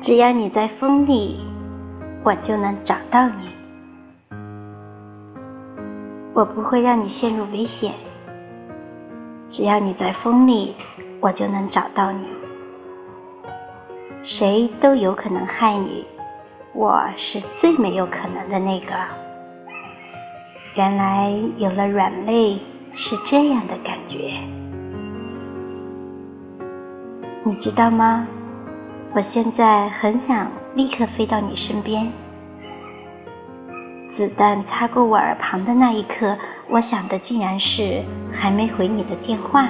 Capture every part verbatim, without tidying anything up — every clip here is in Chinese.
只要你在风里，我就能找到你。我不会让你陷入危险，只要你在风里，我就能找到你。谁都有可能害你，我是最没有可能的那个。原来有了软肋是这样的感觉。你知道吗？我现在很想立刻飞到你身边。子弹擦过我耳旁的那一刻，我想的竟然是还没回你的电话。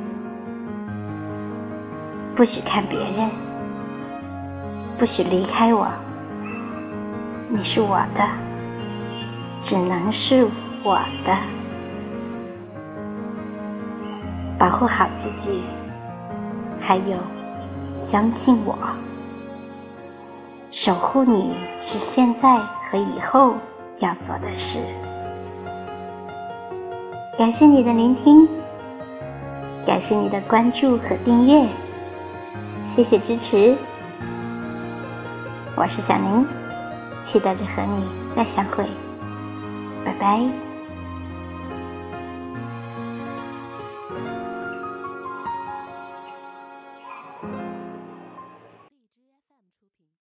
不许看别人，不许离开我，你是我的，只能是我的。保护好自己，还有相信我。守护你是现在和以后要做的事。感谢你的聆听，感谢你的关注和订阅，谢谢支持。我是小宁，期待着和你再相会，拜拜。